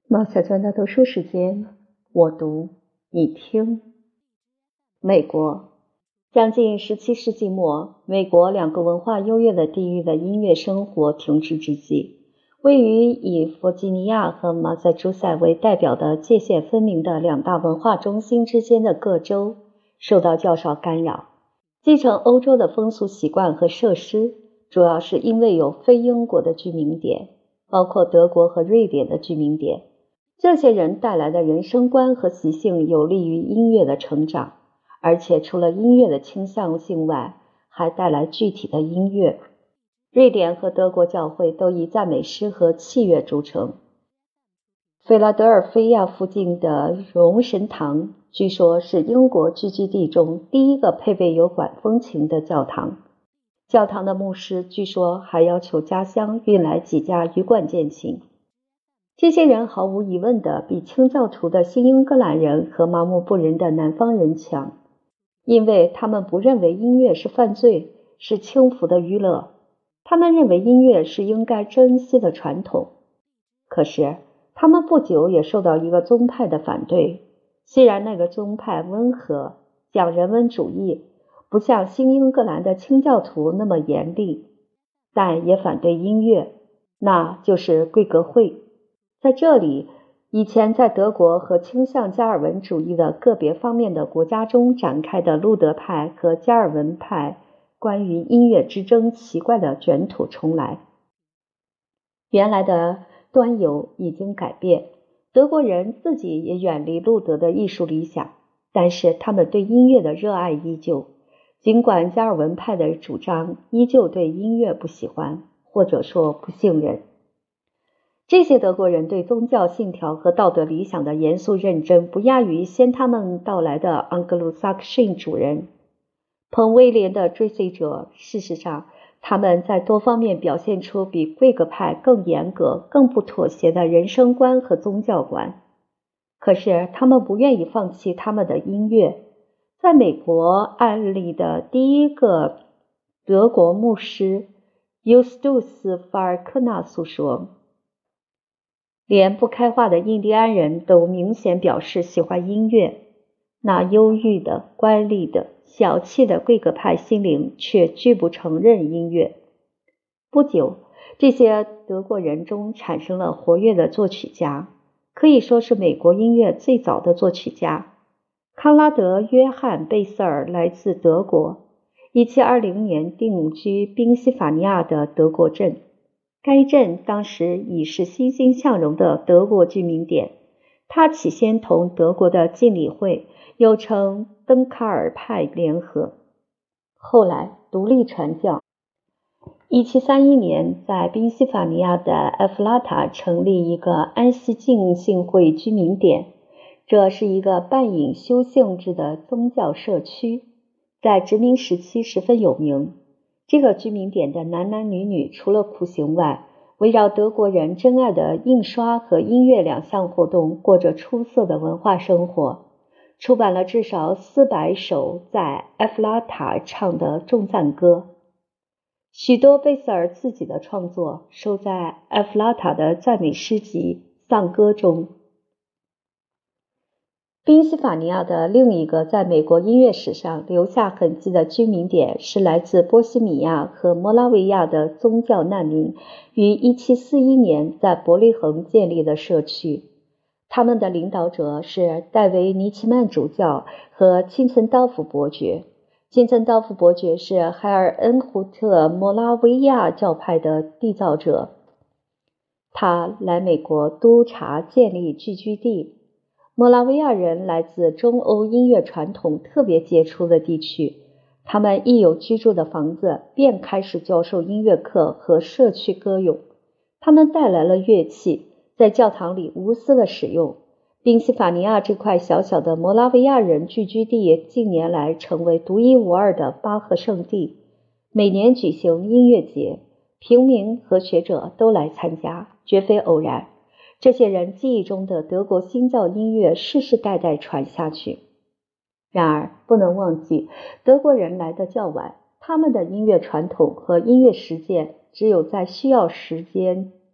毛小娟的读书时间，我读你听。美国将近17世纪末，美国两个文化优越的地域的音乐生活停滞之际，位于以弗吉尼亚和马萨诸塞为代表的界限分明的两大文化中心之间的各州受到较少干扰，继承欧洲的风俗习惯和设施，主要是因为有非英国的居民点，包括德国和瑞典的居民点。这些人带来的人生观和习性有利于音乐的成长，而且除了音乐的倾向性外，还带来具体的音乐。瑞典和德国教会都以赞美诗和器乐著称。菲拉德尔菲亚附近的荣神堂，据说是英国聚居地中第一个配备有管风琴的教堂。教堂的牧师据说还要求家乡运来几架羽管键琴。这些人毫无疑问地比清教徒的新英格兰人和麻木不仁的南方人强，因为他们不认为音乐是犯罪，是轻浮的娱乐。他们认为音乐是应该珍惜的传统。可是他们不久也受到一个宗派的反对，虽然那个宗派温和，讲人文主义，不像新英格兰的清教徒那么严厉，但也反对音乐，那就是贵格会。在这里，以前在德国和倾向加尔文主义的个别方面的国家中展开的路德派和加尔文派关于音乐之争奇怪的卷土重来。原来的端游已经改变，德国人自己也远离路德的艺术理想，但是他们对音乐的热爱依旧，尽管加尔文派的主张依旧对音乐不喜欢，或者说不信任。这些德国人对宗教信条和道德理想的严肃认真不亚于先他们到来的盎格鲁撒克逊主人。彭威廉的追随者，事实上他们在多方面表现出比贵格派更严格、更不妥协的人生观和宗教观。可是他们不愿意放弃他们的音乐。在美国案例的第一个德国牧师尤斯杜斯·法尔科纳诉说，连不开化的印第安人都明显表示喜欢音乐，那忧郁的、官吏的、小气的贵格派心灵却拒不承认音乐。不久，这些德国人中产生了活跃的作曲家，可以说是美国音乐最早的作曲家。康拉德·约翰·贝瑟尔来自德国，1720年定居宾夕法尼亚的德国镇。该镇当时已是欣欣向荣的德国居民点，他起先同德国的浸礼会，又称登卡尔派联合，后来独立传教。1731年，在宾夕法尼亚的埃弗拉塔成立一个安息浸信会居民点，这是一个半隐修性质的宗教社区，在殖民时期十分有名。这个居民点的男男女女除了苦行外，围绕德国人珍爱的印刷和音乐两项活动过着出色的文化生活，出版了至少400首在埃弗拉塔唱的众赞歌。许多贝瑟尔自己的创作收在埃弗拉塔的赞美诗集丧歌中。宾夕法尼亚的另一个在美国音乐史上留下痕迹的居民点是来自波西米亚和摩拉维亚的宗教难民于1741年在伯利恒建立的社区。他们的领导者是戴维·尼奇曼主教和钦岑道夫伯爵。钦岑道夫伯爵是海尔恩胡特摩拉维亚教派的缔造者。他来美国督察建立聚居地。摩拉维亚人来自中欧音乐传统特别杰出的地区，他们一有居住的房子，便开始教授音乐课和社区歌咏。他们带来了乐器，在教堂里无私的使用。宾夕法尼亚这块小小的摩拉维亚人聚居地近年来成为独一无二的巴赫圣地，每年举行音乐节，平民和学者都来参加，绝非偶然。这些人记忆中的德国新教音乐世世代代传下去。然而不能忘记，德国人来的较晚，他们的音乐传统和音乐实践只有在需要时间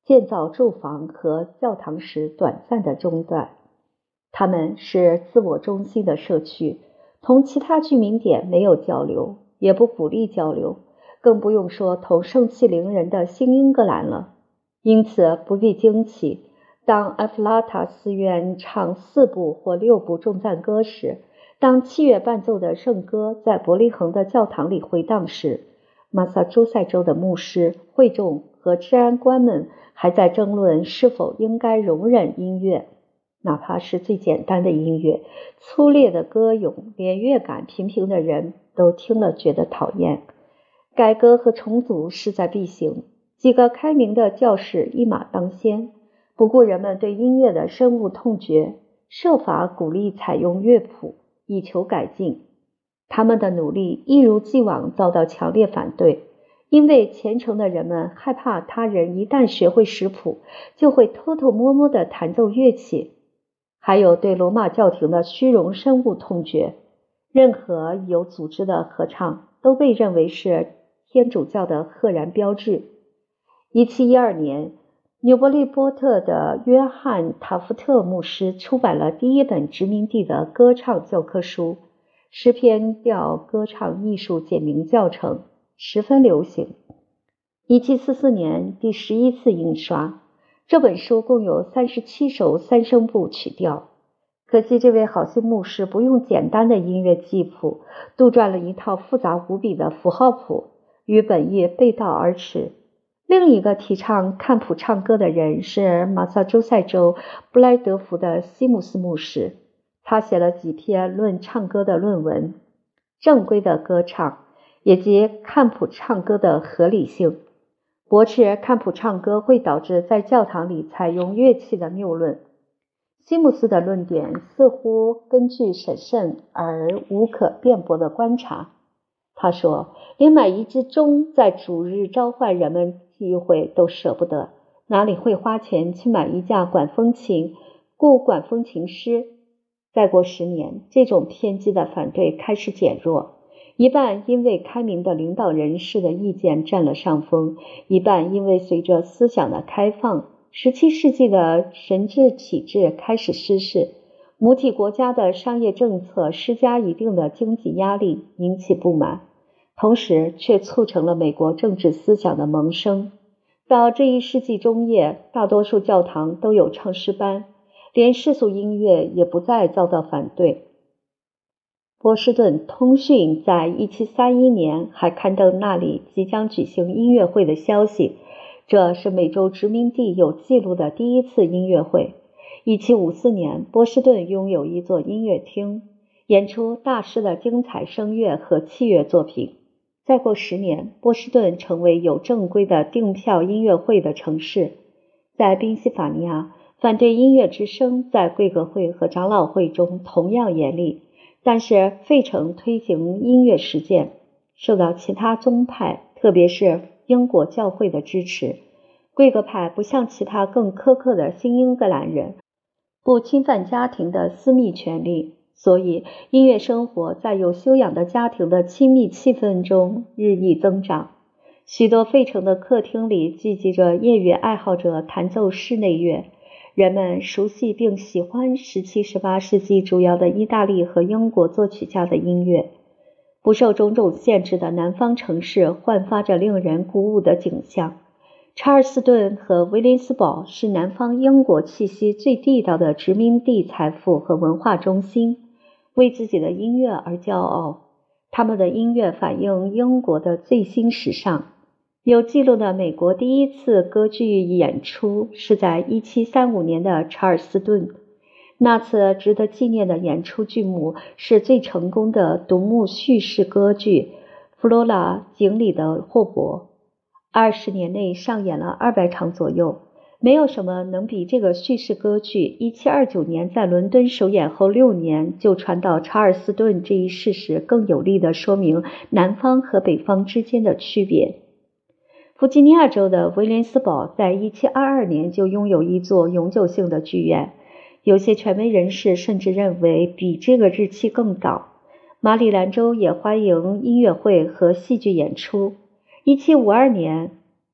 建造住房和教堂时短暂的中断。他们是自我中心的社区，同其他居民点没有交流，也不鼓励交流，更不用说同盛气凌人的新英格兰了。因此不必惊奇，当埃弗拉塔寺院唱4部或6部重赞歌时，当7月伴奏的圣歌在伯利恒的教堂里回荡时，马萨诸塞州的牧师、会众和治安官们还在争论是否应该容忍音乐，哪怕是最简单的音乐，粗劣的歌咏，连乐感平平的人都听了觉得讨厌。改革和重组势在必行，几个开明的教士一马当先，不顾人们对音乐的深恶痛绝，设法鼓励采用乐谱，以求改进。他们的努力一如既往遭到强烈反对，因为虔诚的人们害怕他人一旦学会识谱，就会偷偷摸摸地弹奏乐器。还有对罗马教廷的虚荣深恶痛绝，任何有组织的合唱都被认为是天主教的赫然标志。1712年，纽伯利波特的约翰·塔夫特牧师出版了第一本殖民地的歌唱教科书，诗篇调歌唱艺术简明教程，十分流行。1744年第11次印刷，这本书共有37首3声部曲调。可惜这位好心牧师不用简单的音乐记谱，杜撰了一套复杂无比的符号谱，与本意背道而驰。另一个提倡看谱唱歌的人是马萨诸塞州布莱德福的西姆斯牧师，他写了几篇论唱歌的论文，正规的歌唱以及看谱唱歌的合理性，驳斥看谱唱歌会导致在教堂里采用乐器的谬论。西姆斯的论点似乎根据审慎而无可辩驳的观察。他说，连买一只钟在主日召唤人们聚会都舍不得，哪里会花钱去买一架管风琴，雇管风琴师？再过10年，这种偏激的反对开始减弱，一半因为开明的领导人士的意见占了上风，一半因为随着思想的开放，17世纪的神治体制开始失势，母体国家的商业政策施加一定的经济压力，引起不满，同时却促成了美国政治思想的萌生。到这一世纪中叶，大多数教堂都有唱诗班，连世俗音乐也不再遭到反对。波士顿通讯在1731年还刊登那里即将举行音乐会的消息，这是美洲殖民地有记录的第一次音乐会。1754年，波士顿拥有一座音乐厅，演出大师的精彩声乐和器乐作品。再过10年，波士顿成为有正规的订票音乐会的城市。在宾夕法尼亚，反对音乐之声在贵格会和长老会中同样严厉，但是费城推行音乐实践，受到其他宗派，特别是英国教会的支持。贵格派不像其他更苛刻的新英格兰人，不侵犯家庭的私密权利，所以音乐生活在有修养的家庭的亲密气氛中日益增长。许多费城的客厅里聚集着业余爱好者弹奏室内乐，人们熟悉并喜欢17、18世纪主要的意大利和英国作曲家的音乐。不受种种限制的南方城市焕发着令人鼓舞的景象。查尔斯顿和威廉斯堡是南方英国气息最地道的殖民地财富和文化中心，为自己的音乐而骄傲。他们的音乐反映英国的最新时尚。有记录的美国第一次歌剧演出是在1735年的查尔斯顿。那次值得纪念的演出剧目是最成功的独幕叙事歌剧《弗罗拉井里的霍伯》，20年内上演了200场左右。没有什么能比这个叙事歌剧1729年在伦敦首演后6年就传到查尔斯顿这一事实更有力地说明南方和北方之间的区别。弗吉尼亚州的威廉斯堡在1722年就拥有一座永久性的剧院，有些权威人士甚至认为比这个日期更早。马里兰州也欢迎音乐会和戏剧演出。1752年，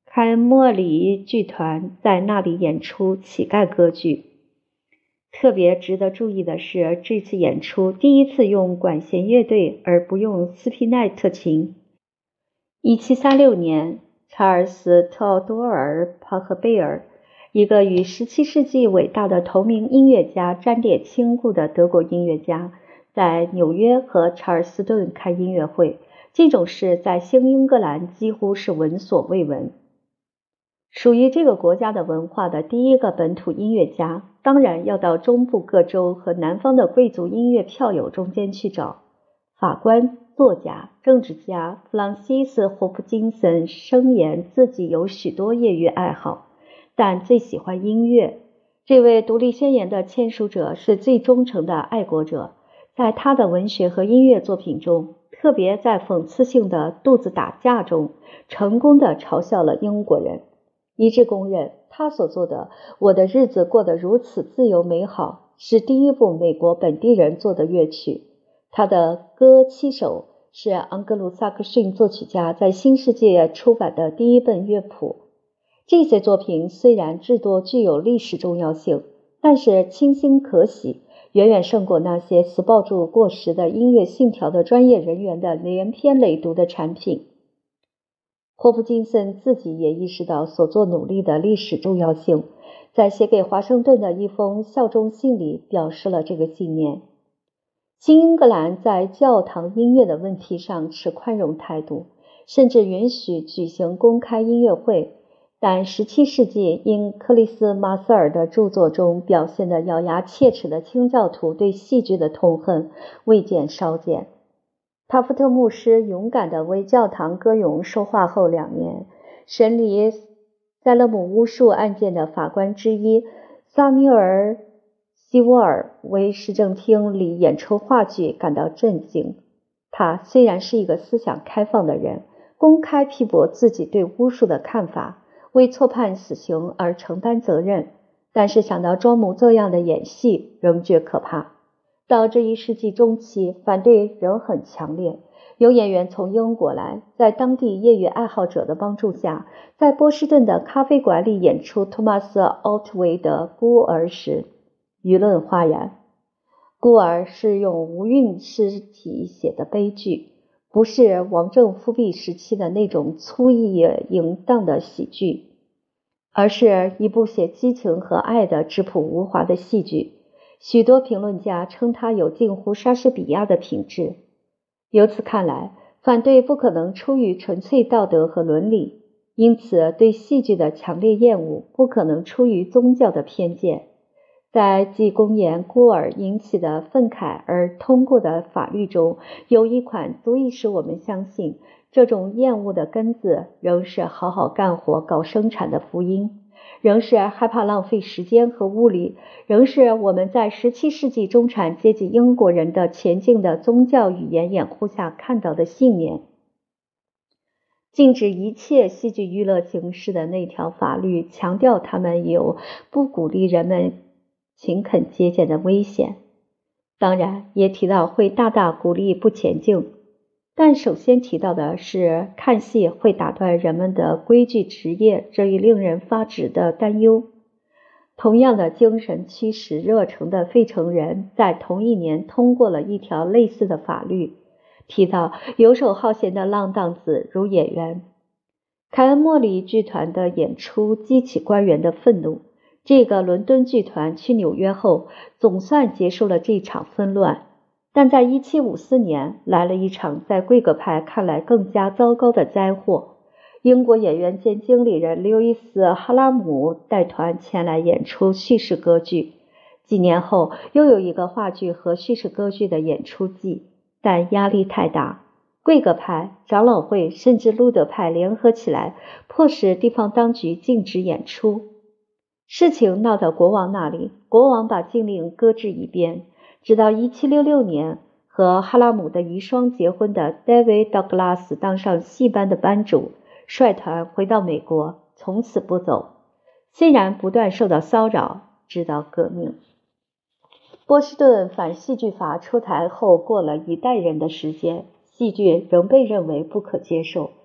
凯恩莫里剧团在那里演出乞丐歌剧。特别值得注意的是，这次演出第一次用管弦乐队而不用斯皮奈特琴。1736年，查尔斯·特奥多尔·庞赫贝尔，一个与17世纪伟大的同名音乐家沾点亲故的德国音乐家，在纽约和查尔斯顿开音乐会，这种事在新英格兰几乎是闻所未闻。属于这个国家的文化的第一个本土音乐家，当然要到中部各州和南方的贵族音乐票友中间去找。法官、作家、政治家弗朗西斯·霍普金森声言自己有许多业余爱好，但最喜欢音乐。这位独立宣言的签署者是最忠诚的爱国者，在他的文学和音乐作品中，特别在讽刺性的肚子打架中，成功地嘲笑了英国人。一致公认，他所做的《我的日子过得如此自由美好》是第一部美国本地人做的乐曲。他的《歌七首》是盎格鲁撒克逊作曲家在新世界出版的第一本乐谱。这些作品虽然至多具有历史重要性，但是清新可喜，远远胜过那些死抱住过时的音乐信条的专业人员的连篇累牍的产品。霍普金森自己也意识到所做努力的历史重要性，在写给华盛顿的一封效忠信里表示了这个信念。新英格兰在教堂音乐的问题上持宽容态度，甚至允许举行公开音乐会，但17世纪因克里斯马塞尔的著作中表现的咬牙切齿的清教徒对戏剧的痛恨未见稍减。塔夫特牧师勇敢地为教堂歌咏受化后2年，审理塞勒姆巫术案件的法官之一萨缪尔·希沃尔为市政厅里演出话剧感到震惊。他虽然是一个思想开放的人，公开批驳自己对巫术的看法，为错判死刑而承担责任，但是想到装模作样的演戏，仍觉可怕。到这一世纪中期，反对仍很强烈。有演员从英国来，在当地业余爱好者的帮助下，在波士顿的咖啡馆里演出托马斯·奥特维的《孤儿》时，舆论哗然。孤儿是用无韵诗体写的悲剧，不是王政复辟时期的那种粗意淫荡的喜剧，而是一部写激情和爱的质朴无华的戏剧。许多评论家称它有近乎莎士比亚的品质。由此看来，反对不可能出于纯粹道德和伦理，因此对戏剧的强烈厌恶不可能出于宗教的偏见。在继公演孤儿引起的愤慨而通过的法律中，有一款足以使我们相信这种厌恶的根子仍是好好干活搞生产的福音，仍是害怕浪费时间和物力，仍是我们在17世纪中产阶级英国人的前进的宗教语言掩护下看到的信念。禁止一切戏剧娱乐形式的那条法律强调他们有不鼓励人们勤恳节俭的危险，当然也提到会大大鼓励不前进，但首先提到的是看戏会打断人们的规矩职业这一令人发指的担忧。同样的精神驱使热诚的费城人在同一年通过了一条类似的法律，提到游手好闲的浪荡子如演员。凯恩莫里剧团的演出激起官员的愤怒，这个伦敦剧团去纽约后总算结束了这场纷乱，但在1754年来了一场在贵格派看来更加糟糕的灾祸。英国演员兼经理人刘易斯·哈拉姆带团前来演出叙事歌剧，几年后又有一个话剧和叙事歌剧的演出季，但压力太大，贵格派、长老会甚至路德派联合起来，迫使地方当局禁止演出。事情闹到国王那里，国王把禁令搁置一边，直到1766年和哈拉姆的遗孀结婚的 David Douglas 当上戏班的班主，率团回到美国，从此不走。虽然不断受到骚扰，直到革命。波士顿反戏剧法出台后，过了一代人的时间，戏剧仍被认为不可接受。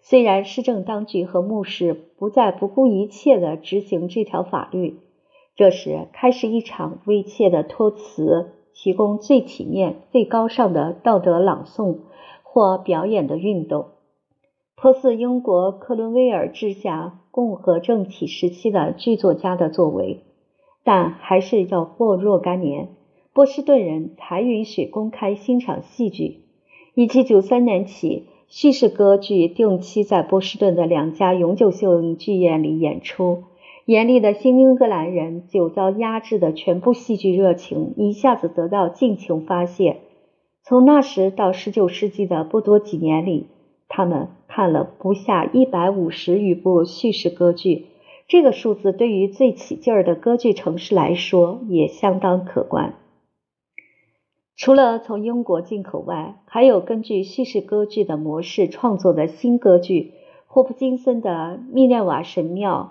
虽然市政当局和牧师不再不顾一切地执行这条法律，这时开始一场威切的托词，提供最体面、最高尚的道德朗诵或表演的运动。颇似英国克伦威尔治下共和政体时期的剧作家的作为，但还是要过若干年，波士顿人才允许公开欣赏戏剧。1793年起，叙事歌剧定期在波士顿的2家永久性剧院里演出。严厉的新英格兰人久遭压制的全部戏剧热情一下子得到尽情发泄。从那时到19世纪的不多几年里，他们看了不下150余部叙事歌剧，这个数字对于最起劲儿的歌剧城市来说也相当可观。除了从英国进口外，还有根据叙事歌剧的模式创作的新歌剧，霍普金森的《密涅瓦神庙》、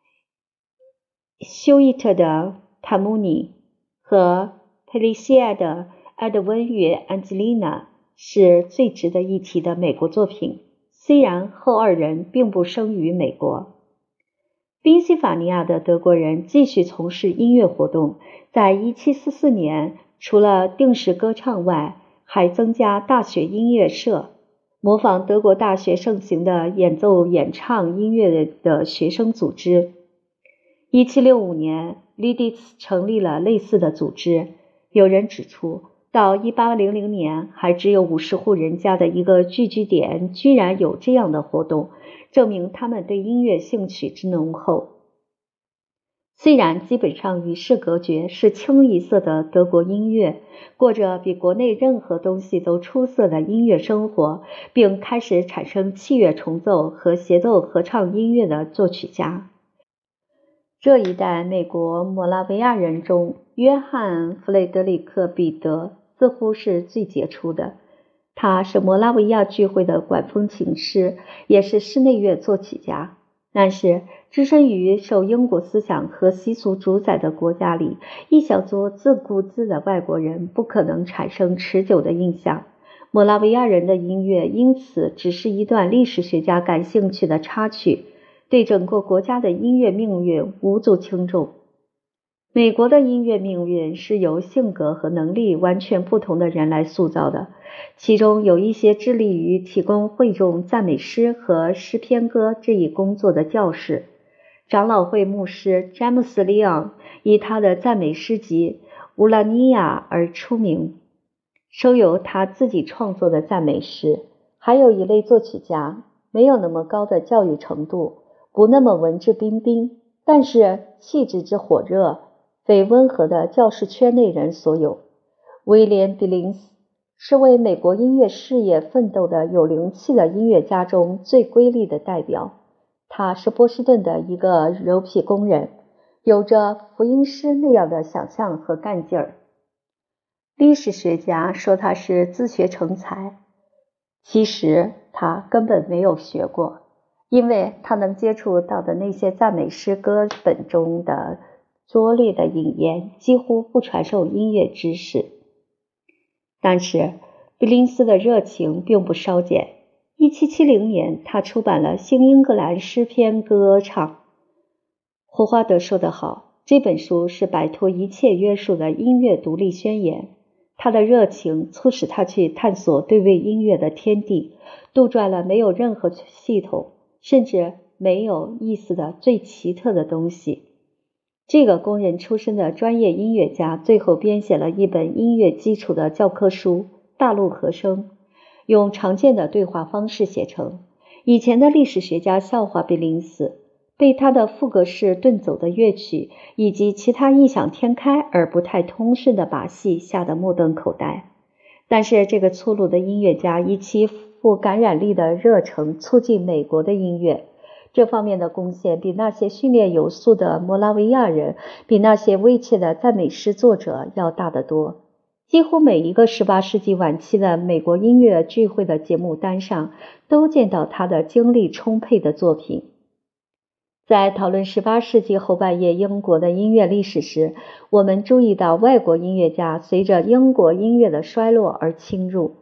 休伊特的《塔姆尼》和佩利西亚的《埃德温与安吉丽娜》是最值得一提的美国作品，虽然后二人并不生于美国。宾夕法尼亚的德国人继续从事音乐活动，在1744年除了定时歌唱外，还增加大学音乐社，模仿德国大学盛行的演奏演唱音乐的学生组织。1765年，利迪茨成立了类似的组织。有人指出，到1800年还只有50户人家的一个聚居点居然有这样的活动，证明他们对音乐兴趣之浓厚。虽然基本上与世隔绝，是清一色的德国音乐，过着比国内任何东西都出色的音乐生活，并开始产生器乐重奏和协奏合唱音乐的作曲家。这一代美国摩拉维亚人中，约翰·弗雷德里克·彼得似乎是最杰出的。他是摩拉维亚聚会的管风琴师，也是室内乐作曲家。但是，置身于受英国思想和习俗主宰的国家里，一小撮自顾自的外国人不可能产生持久的印象。摩拉维亚人的音乐因此只是一段历史学家感兴趣的插曲，对整个国家的音乐命运无足轻重。美国的音乐命运是由性格和能力完全不同的人来塑造的，其中有一些致力于提供会众赞美诗和诗篇歌这一工作的教士。长老会牧师詹姆斯·里昂以他的赞美诗集《乌拉尼亚》而出名，收有他自己创作的赞美诗。还有一类作曲家，没有那么高的教育程度，不那么文质彬彬，但是气质之火热，非温和的教士圈内人所有。威廉·比林斯是为美国音乐事业奋斗的有灵气的音乐家中最瑰丽的代表。他是波士顿的一个柔皮工人，有着福音师那样的想象和干劲儿。历史学家说他是自学成才，其实他根本没有学过，因为他能接触到的那些赞美诗歌本中的拙劣的引言几乎不传授音乐知识。但是比林斯的热情并不稍减。1770年，他出版了《新英格兰诗篇歌唱》。霍华德说得好，这本书是摆脱一切约束的音乐独立宣言。他的热情促使他去探索对位音乐的天地，杜撰了没有任何系统，甚至没有意思的最奇特的东西。这个工人出身的专业音乐家最后编写了一本音乐基础的教科书《大陆和声》，用常见的对话方式写成。以前的历史学家笑话比林斯，被他的副格式遁走的乐曲以及其他异想天开而不太通顺的把戏吓得目瞪口呆。但是这个粗鲁的音乐家以其富感染力的热诚促进美国的音乐，这方面的贡献比那些训练有素的摩拉维亚人，比那些威切的赞美诗作者要大得多。几乎每一个18世纪晚期的美国音乐聚会的节目单上都见到他的精力充沛的作品。在讨论18世纪后半叶英国的音乐历史时，我们注意到外国音乐家随着英国音乐的衰落而侵入。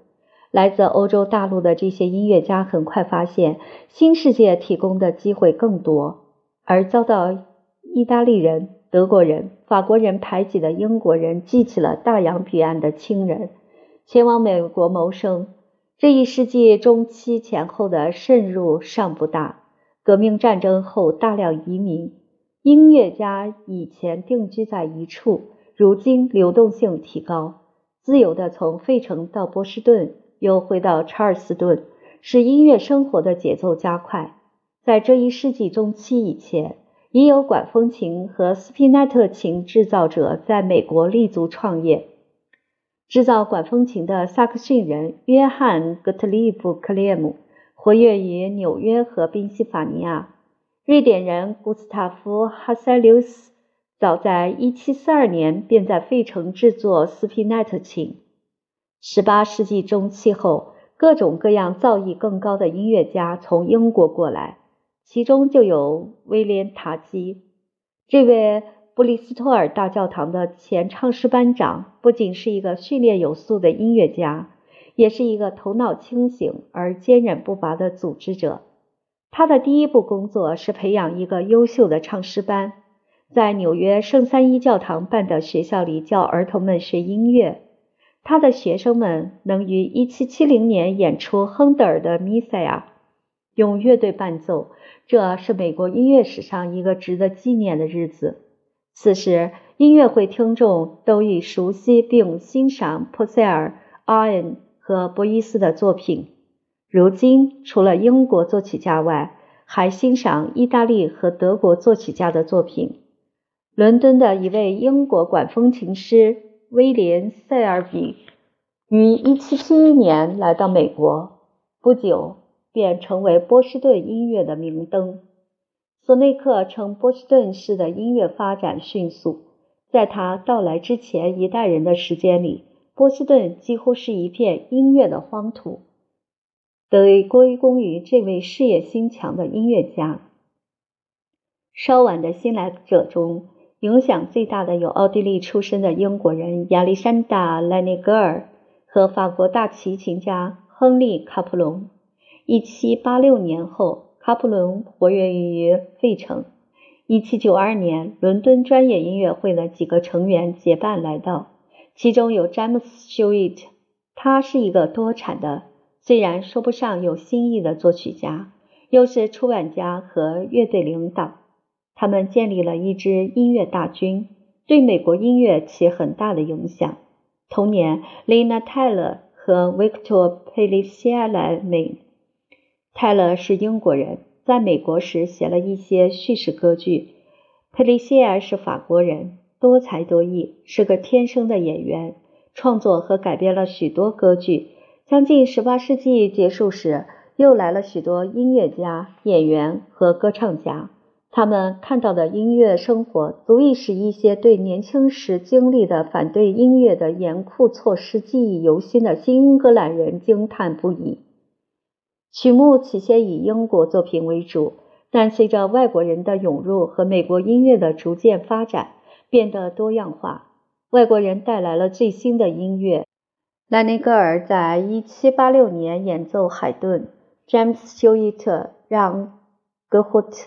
来自欧洲大陆的这些音乐家很快发现，新世界提供的机会更多，而遭到意大利人、德国人、法国人排挤的英国人记起了大洋彼岸的亲人，前往美国谋生。这一世纪中期前后的渗入尚不大，革命战争后大量移民，音乐家以前定居在一处，如今流动性提高，自由地从费城到波士顿，又回到查尔斯顿，使音乐生活的节奏加快。在这一世纪中期以前，已有管风琴和斯皮奈特琴制造者在美国立足创业。制造管风琴的萨克逊人约翰·格特利夫·克列姆活跃于纽约和宾夕法尼亚。瑞典人古斯塔夫·哈塞留斯早在1742年便在费城制作斯皮奈特琴。18世纪中期后，各种各样造诣更高的音乐家从英国过来，其中就有威廉·塔基。这位布里斯托尔大教堂的前唱诗班长不仅是一个训练有素的音乐家，也是一个头脑清醒而坚韧不拔的组织者。他的第一步工作是培养一个优秀的唱诗班，在纽约圣三一教堂办的学校里教儿童们学音乐。他的学生们能于1770年演出亨德尔的《弥赛亚》，用乐队伴奏，这是美国音乐史上一个值得纪念的日子。此时，音乐会听众都已熟悉并欣赏珀塞尔、阿恩和博伊斯的作品。如今，除了英国作曲家外，还欣赏意大利和德国作曲家的作品。伦敦的一位英国管风琴师威廉·塞尔比于1771年来到美国，不久便成为波士顿音乐的明灯。索内克称波士顿市的音乐发展迅速，在他到来之前一代人的时间里，波士顿几乎是一片音乐的荒土，得归功于这位事业心强的音乐家。稍晚的新来者中，影响最大的有奥地利出身的英国人亚历山大·莱内格尔和法国大提琴家亨利·卡普隆。1786年后，卡普隆活跃于费城。1792年，伦敦专业音乐会的几个成员结伴来到，其中有詹姆斯·休伊特。他是一个多产的，虽然说不上有新意的作曲家，又是出版家和乐队领导。他们建立了一支音乐大军，对美国音乐起很大的影响。同年，丽娜·泰勒和维克托·佩利西亚来美。泰勒是英国人，在美国时写了一些叙事歌剧。佩利西亚是法国人，多才多艺，是个天生的演员，创作和改编了许多歌剧。将近18世纪结束时，又来了许多音乐家、演员和歌唱家。他们看到的音乐生活足以使一些对年轻时经历的反对音乐的严酷措施记忆犹新的新英格兰人惊叹不已。曲目起先以英国作品为主，但随着外国人的涌入和美国音乐的逐渐发展，变得多样化。外国人带来了最新的音乐。莱内格尔在1786年演奏海顿，詹姆斯·休伊特让格霍特、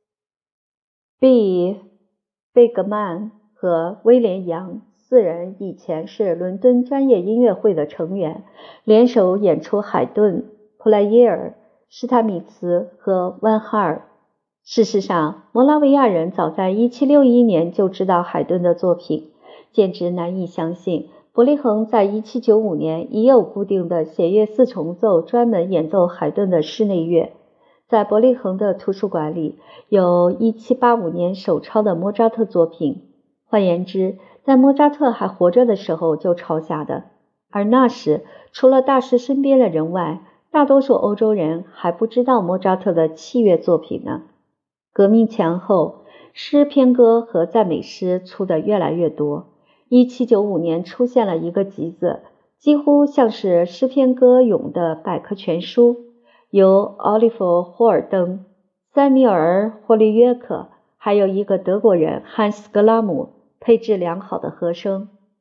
贝格曼和威廉·杨四人以前是伦敦专业音乐会的成员，联手演出海顿、普莱耶尔、施塔米茨和万哈尔。事实上，摩拉维亚人早在1761年就知道海顿的作品，简直难以相信。伯利恒在1795年已有固定的弦乐四重奏，专门演奏海顿的室内乐。在伯利恒的图书馆里有1785年手抄的莫扎特作品，换言之，在莫扎特还活着的时候就抄下的。而那时，除了大师身边的人外，大多数欧洲人还不知道莫扎特的器乐作品呢。革命前后，诗篇歌和赞美诗出得越来越多。1795年出现了一个集子，几乎像是诗篇歌咏的百科全书，由奥利弗·霍尔登、塞米尔·霍利约克，还有一个德国人汉斯·格拉姆配置良好的和声。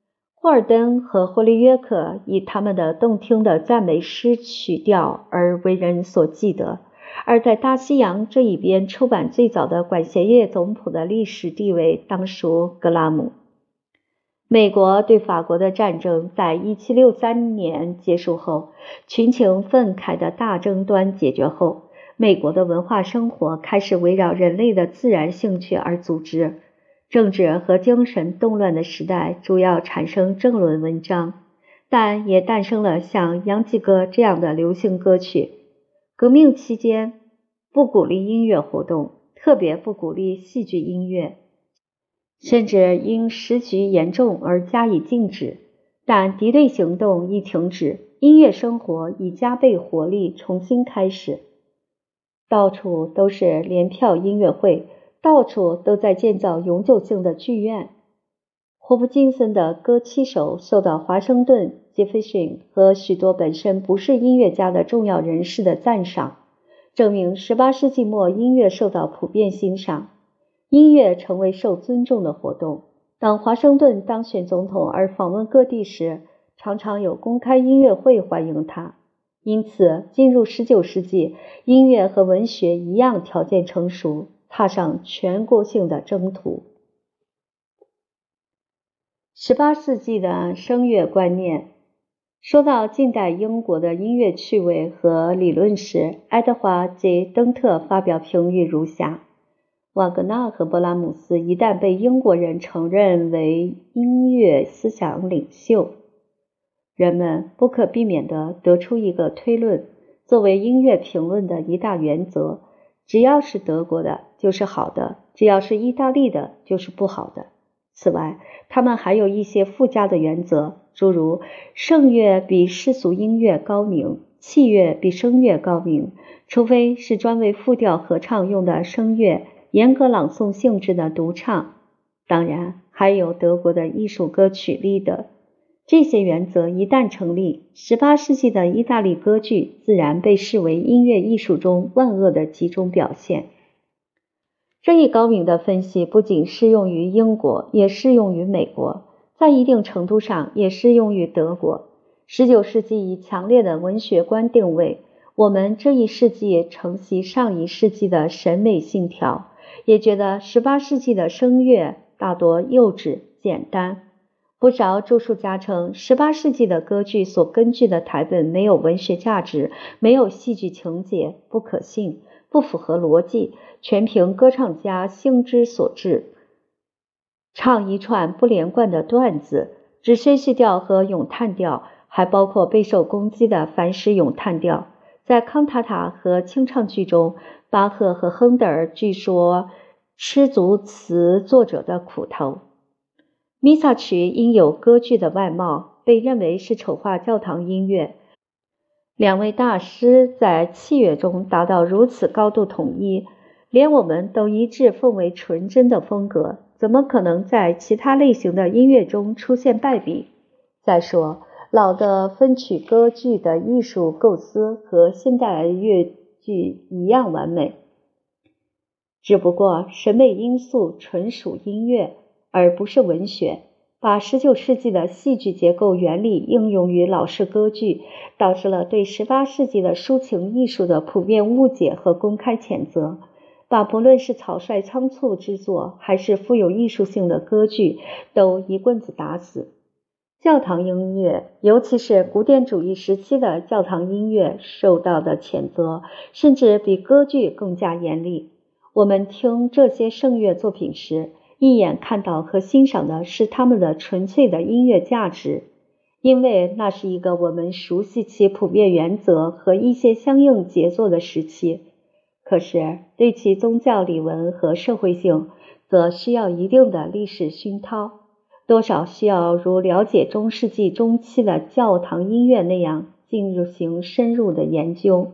霍尔登和霍利约克以他们的动听的赞美诗曲调而为人所记得，而在大西洋这一边出版最早的管弦乐总谱的历史地位当属格拉姆。美国对法国的战争在1763年结束后，群情愤慨的大争端解决后，美国的文化生活开始围绕人类的自然兴趣而组织。政治和精神动乱的时代主要产生政论文章，但也诞生了像洋基歌这样的流行歌曲。革命期间不鼓励音乐活动，特别不鼓励戏剧音乐，甚至因时局严重而加以禁止。但敌对行动一停止，音乐生活以加倍活力重新开始。到处都是联票音乐会，到处都在建造永久性的剧院。霍普金森的歌七首受到华盛顿、杰斐逊和许多本身不是音乐家的重要人士的赞赏，证明18世纪末音乐受到普遍欣赏，音乐成为受尊重的活动。当华盛顿当选总统而访问各地时，常常有公开音乐会欢迎他。因此，进入19世纪，音乐和文学一样条件成熟，踏上全国性的征途。18世纪的声乐观念。说到近代英国的音乐趣味和理论时，爱德华 ·J. 登特发表评语如下：瓦格纳和勃拉姆斯一旦被英国人承认为音乐思想领袖，人们不可避免地得出一个推论，作为音乐评论的一大原则：只要是德国的就是好的，只要是意大利的就是不好的。此外，他们还有一些附加的原则，诸如圣乐比世俗音乐高明，器乐比声乐高明，除非是专为复调合唱用的声乐，严格朗诵性质的独唱。当然，还有德国的艺术歌曲 Lieder。这些原则一旦成立，18世纪的意大利歌剧自然被视为音乐艺术中万恶的几种表现。这一高明的分析不仅适用于英国，也适用于美国，在一定程度上也适用于德国。19世纪以强烈的文学观定位，我们这一世纪承袭上一世纪的审美信条，也觉得18世纪的声乐大多幼稚简单。不少著述家称18世纪的歌剧所根据的台本没有文学价值，没有戏剧情节，不可信，不符合逻辑，全凭歌唱家兴之所至，唱一串不连贯的段子，指宣叙调和咏叹调，还包括备受攻击的梵式咏叹调。在康塔塔和清唱剧中，巴赫和亨德尔据说吃足词作者的苦头。弥撒曲因有歌剧的外貌，被认为是丑化教堂音乐。两位大师在器乐中达到如此高度统一，连我们都一致奉为纯真的风格，怎么可能在其他类型的音乐中出现败笔？再说，老的分曲歌剧的艺术构思和现代乐剧一样完美，只不过审美因素纯属音乐，而不是文学。把19世纪的戏剧结构原理应用于老式歌剧，导致了对18世纪的抒情艺术的普遍误解和公开谴责，把不论是草率仓促之作，还是富有艺术性的歌剧，都一棍子打死。教堂音乐，尤其是古典主义时期的教堂音乐，受到的谴责甚至比歌剧更加严厉。我们听这些圣乐作品时，一眼看到和欣赏的是他们的纯粹的音乐价值，因为那是一个我们熟悉其普遍原则和一些相应杰作的时期。可是对其宗教理文和社会性，则需要一定的历史熏陶，多少需要如了解中世纪中期的教堂音乐那样进行深入的研究。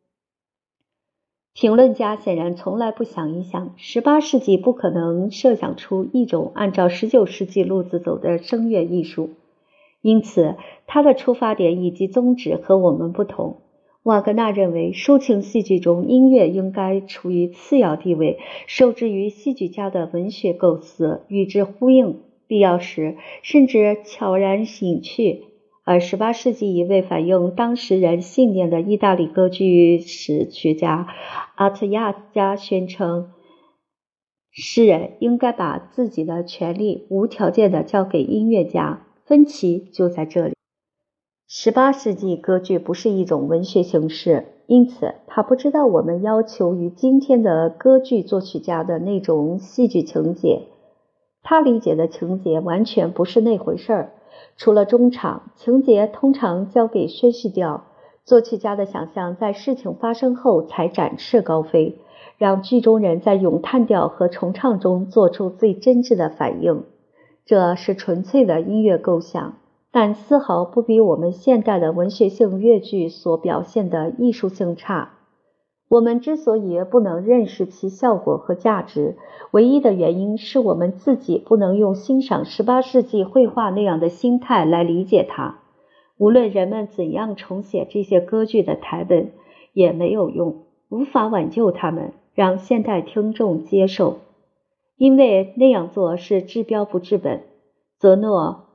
评论家显然从来不想一想，18世纪不可能设想出一种按照19世纪路子走的声乐艺术，因此他的出发点以及宗旨和我们不同。瓦格纳认为抒情戏剧中音乐应该处于次要地位，受制于戏剧家的文学构思，与之呼应。 必要时甚至悄然隐去。而18世纪一位反映当时人信念的意大利歌剧史学家阿特亚加宣称，诗人应该把自己的权利无条件地交给音乐家。分歧就在这里。18世纪歌剧不是一种文学形式，因此他不知道我们要求于今天的歌剧作曲家的那种戏剧情节。他理解的情节完全不是那回事儿。除了中场，情节通常交给宣叙调，作曲家的想象在事情发生后才展翅高飞，让剧中人在咏叹调和重唱中做出最真挚的反应。这是纯粹的音乐构想，但丝毫不比我们现代的文学性乐剧所表现的艺术性差。我们之所以不能认识其效果和价值，唯一的原因是我们自己不能用欣赏18世纪绘画那样的心态来理解它。无论人们怎样重写这些歌剧的台本，也没有用，无法挽救它们，让现代听众接受。因为那样做是治标不治本。泽诺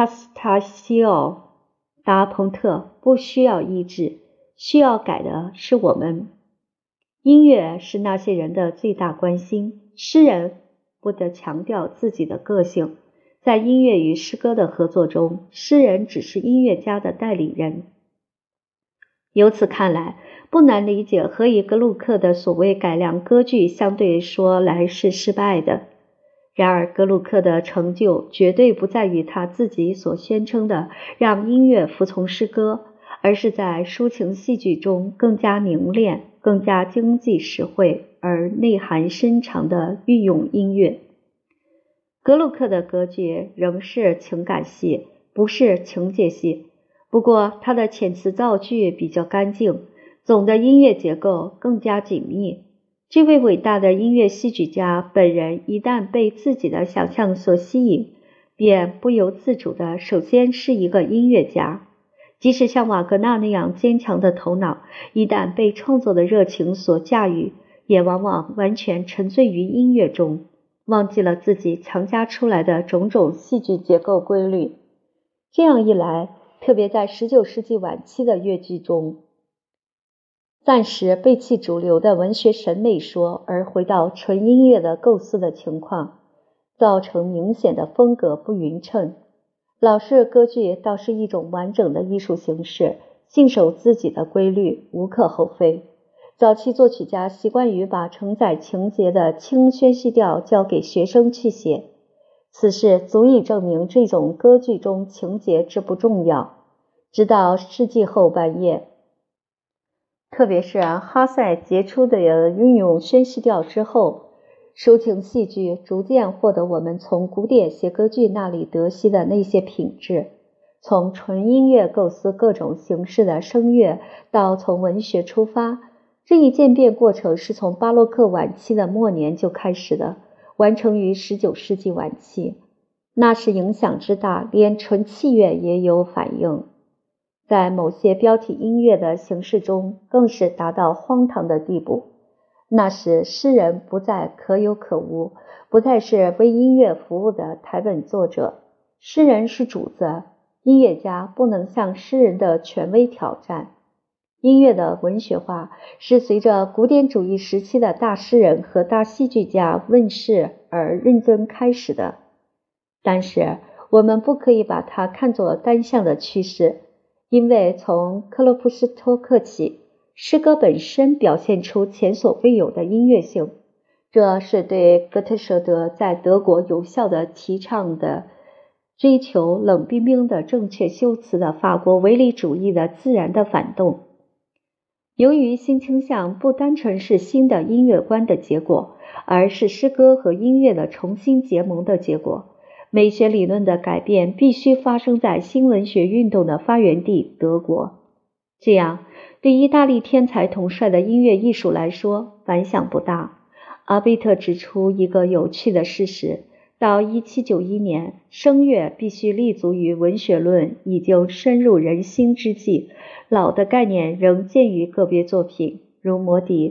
Metastasio 达蓬特不需要医治，需要改的是我们。音乐是那些人的最大关心，诗人不得强调自己的个性。在音乐与诗歌的合作中，诗人只是音乐家的代理人。由此看来，不难理解何以格鲁克的所谓改良歌剧相对说来是失败的。然而格鲁克的成就绝对不在于他自己所宣称的让音乐服从诗歌，而是在抒情戏剧中更加凝练、更加经济实惠而内涵深长地运用音乐。格鲁克的歌剧仍是情感戏，不是情节戏，不过他的遣词造句比较干净，总的音乐结构更加紧密。这位伟大的音乐戏剧家本人一旦被自己的想象所吸引，便不由自主地首先是一个音乐家。即使像瓦格纳那样坚强的头脑，一旦被创作的热情所驾驭，也往往完全沉醉于音乐中，忘记了自己强加出来的种种戏剧结构规律。这样一来，特别在19世纪晚期的乐剧中，暂时背弃主流的文学审美说，而回到纯音乐的构思的情况，造成明显的风格不匀称。老式歌剧倒是一种完整的艺术形式，信守自己的规律，无可厚非。早期作曲家习惯于把承载情节的轻宣叙调交给学生去写，此事足以证明这种歌剧中情节之不重要。直到世纪后半叶，特别是哈塞杰出的运用宣叙调之后，抒情戏剧逐渐获得我们从古典写歌剧那里得悉的那些品质。从纯音乐构思各种形式的声乐到从文学出发，这一渐变过程是从巴洛克晚期的末年就开始的，完成于19世纪晚期。那时影响之大，连纯器乐也有反应。在某些标题音乐的形式中，更是达到荒唐的地步。那时诗人不再可有可无，不再是为音乐服务的台本作者，诗人是主子，音乐家不能向诗人的权威挑战。音乐的文学化是随着古典主义时期的大诗人和大戏剧家问世而认真开始的，但是我们不可以把它看作单向的趋势，因为从克洛夫斯托克起，诗歌本身表现出前所未有的音乐性，这是对哥特舍德在德国有效地提倡的追求冷冰冰的正确修辞的法国唯理主义的自然的反动。由于新倾向不单纯是新的音乐观的结果，而是诗歌和音乐的重新结盟的结果，美学理论的改变必须发生在新文学运动的发源地德国。这样，对意大利天才统帅的音乐艺术来说，反响不大。阿贝特指出一个有趣的事实，到1791年，声乐必须立足于文学论已经深入人心之际，老的概念仍见于个别作品，如摩笛。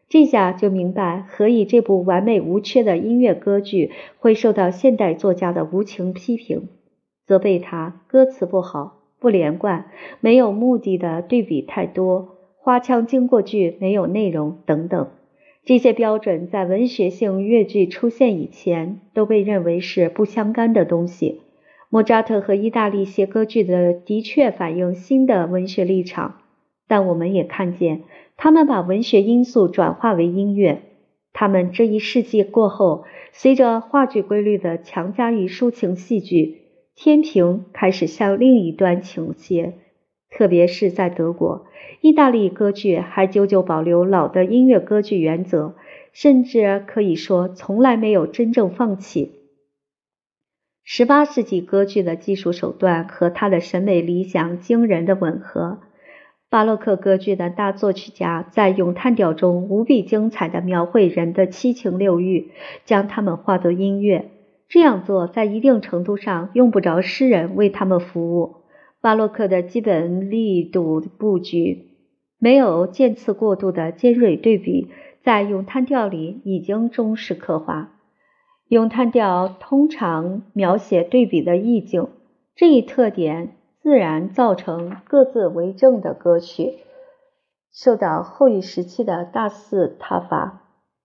这下就明白何以这部完美无缺的音乐歌剧会受到现代作家的无情批评，责备他歌词不好、不连贯、没有目的的对比太多、花腔经过句没有内容等等。这些标准在文学性乐剧出现以前都被认为是不相干的东西。莫扎特和意大利写歌剧的确反映新的文学立场，但我们也看见他们把文学因素转化为音乐。他们这一世纪过后，随着话剧规律的强加于抒情戏剧，天平开始向另一端倾斜。特别是在德国，意大利歌剧还久久保留老的音乐歌剧原则，甚至可以说从来没有真正放弃。18世纪歌剧的技术手段和他的审美理想惊人的吻合。巴洛克歌剧的大作曲家在咏叹调中无比精彩地描绘人的七情六欲，将它们化作音乐。这样做在一定程度上用不着诗人为他们服务。巴洛克的基本力度布局没有渐次过度的尖锐对比，在咏叹调里已经忠实刻画。咏叹调通常描写对比的意境，这一特点自然造成各自为政的歌曲，受到后裔时期的大肆挞伐。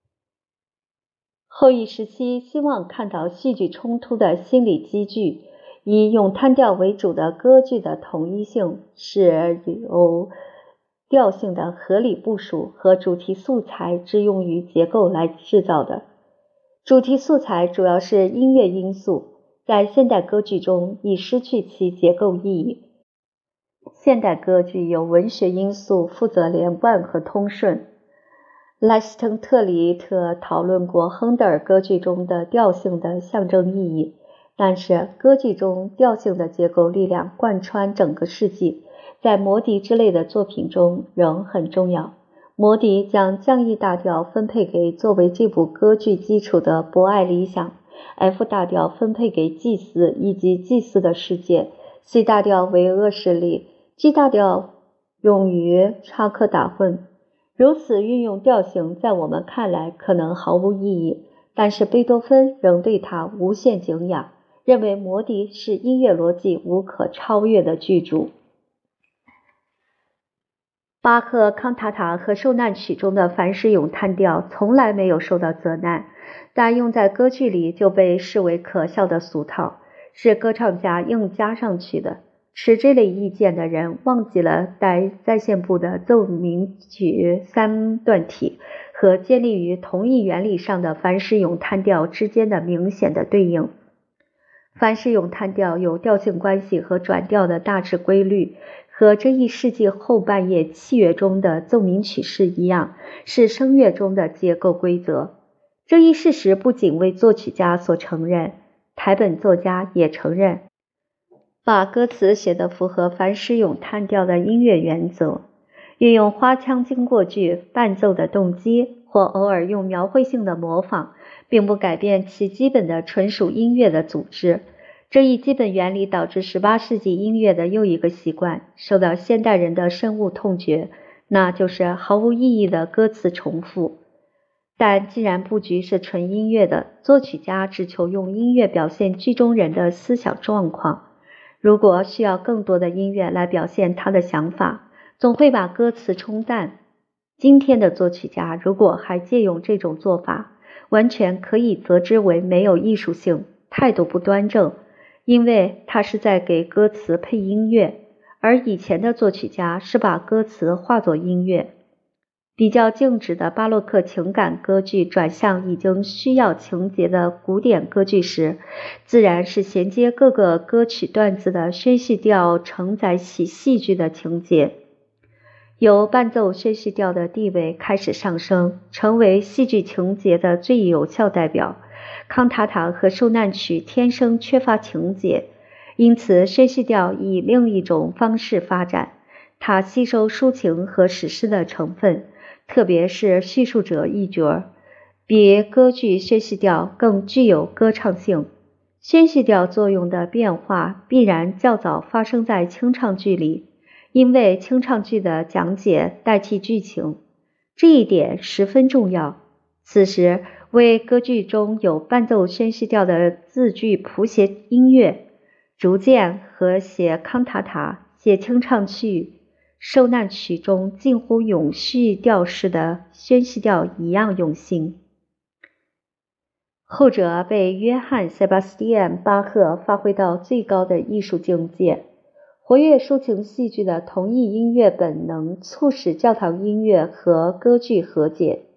后裔时期希望看到戏剧冲突的心理积聚，以咏叹调为主的歌剧的统一性是由调性的合理部署和主题素材之用于结构来制造的。主题素材主要是音乐因素，在现代歌剧中已失去其结构意义。现代歌剧由文学因素负责连贯和通顺。莱斯滕特里特讨论过亨德尔歌剧中的调性的象征意义，但是歌剧中调性的结构力量贯穿整个世纪，在魔笛之类的作品中仍很重要。魔笛将降 E 大调分配给作为这部歌剧基础的博爱理想， F 大调分配给祭司以及祭司的世界， C 大调为恶势力， G 大调用于插科打诨。如此运用调性在我们看来可能毫无意义，但是贝多芬仍对它无限敬仰，认为魔笛是音乐逻辑无可超越的巨著。巴赫康塔塔和受难曲中的凡是咏叹调从来没有受到责难，但用在歌剧里就被视为可笑的俗套，是歌唱家硬加上去的。持这类意见的人忘记了在线部的奏鸣曲三段体和建立于同一原理上的凡是咏叹调之间的明显的对应。凡是咏叹调有调性关系和转调的大致规律，和这一世纪后半叶器乐中的奏鸣曲式一样，是声乐中的结构规则。这一事实不仅为作曲家所承认，台本作家也承认，把歌词写得符合凡是咏叹调的音乐原则，运用花腔经过句伴奏的动机，或偶尔用描绘性的模仿，并不改变其基本的纯属音乐的组织。这一基本原理导致18世纪音乐的又一个习惯受到现代人的深恶痛绝，那就是毫无意义的歌词重复。但既然布局是纯音乐的，作曲家只求用音乐表现剧中人的思想状况。如果需要更多的音乐来表现他的想法，总会把歌词冲淡。今天的作曲家如果还借用这种做法，完全可以责之为没有艺术性，态度不端正，因为他是在给歌词配音乐，而以前的作曲家是把歌词化作音乐。比较静止的巴洛克情感歌剧转向已经需要情节的古典歌剧时，自然是衔接各个歌曲段子的宣叙调承载起戏剧的情节，由伴奏宣叙调的地位开始上升，成为戏剧情节的最有效代表。康塔塔和受难曲天生缺乏情节，因此宣叙调以另一种方式发展，它吸收抒情和史诗的成分，特别是叙述者一角，比歌剧宣叙调更具有歌唱性。宣叙调作用的变化必然较早发生在清唱剧里，因为清唱剧的讲解代替剧情。 这一点十分重要。此时，为歌剧中有伴奏宣叙调的字句谱写音乐，逐渐和写康塔塔、写清唱曲、受难曲中近乎永续调式的宣叙调一样用心。后者被约翰·塞巴斯蒂安·巴赫发挥到最高的艺术境界。活跃抒情戏剧的同一音乐本能促使教堂音乐和歌剧和解，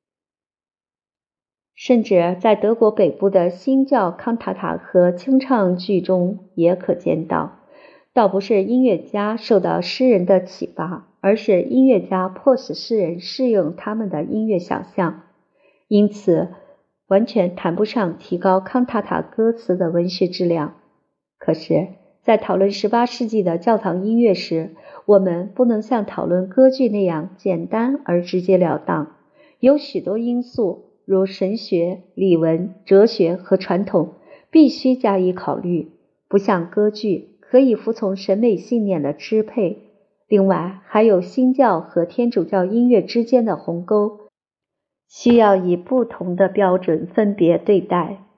甚至在德国北部的新教康塔塔和清唱剧中也可见到。倒不是音乐家受到诗人的启发，而是音乐家迫使诗人适应他们的音乐想象，因此完全谈不上提高康塔塔歌词的文学质量。可是在讨论18世纪的教堂音乐时，我们不能像讨论歌剧那样简单而直截了当，有许多因素，如神学、礼文、哲学和传统，必须加以考虑，不像歌剧可以服从审美信念的支配。另外，还有新教和天主教音乐之间的鸿沟，需要以不同的标准分别对待。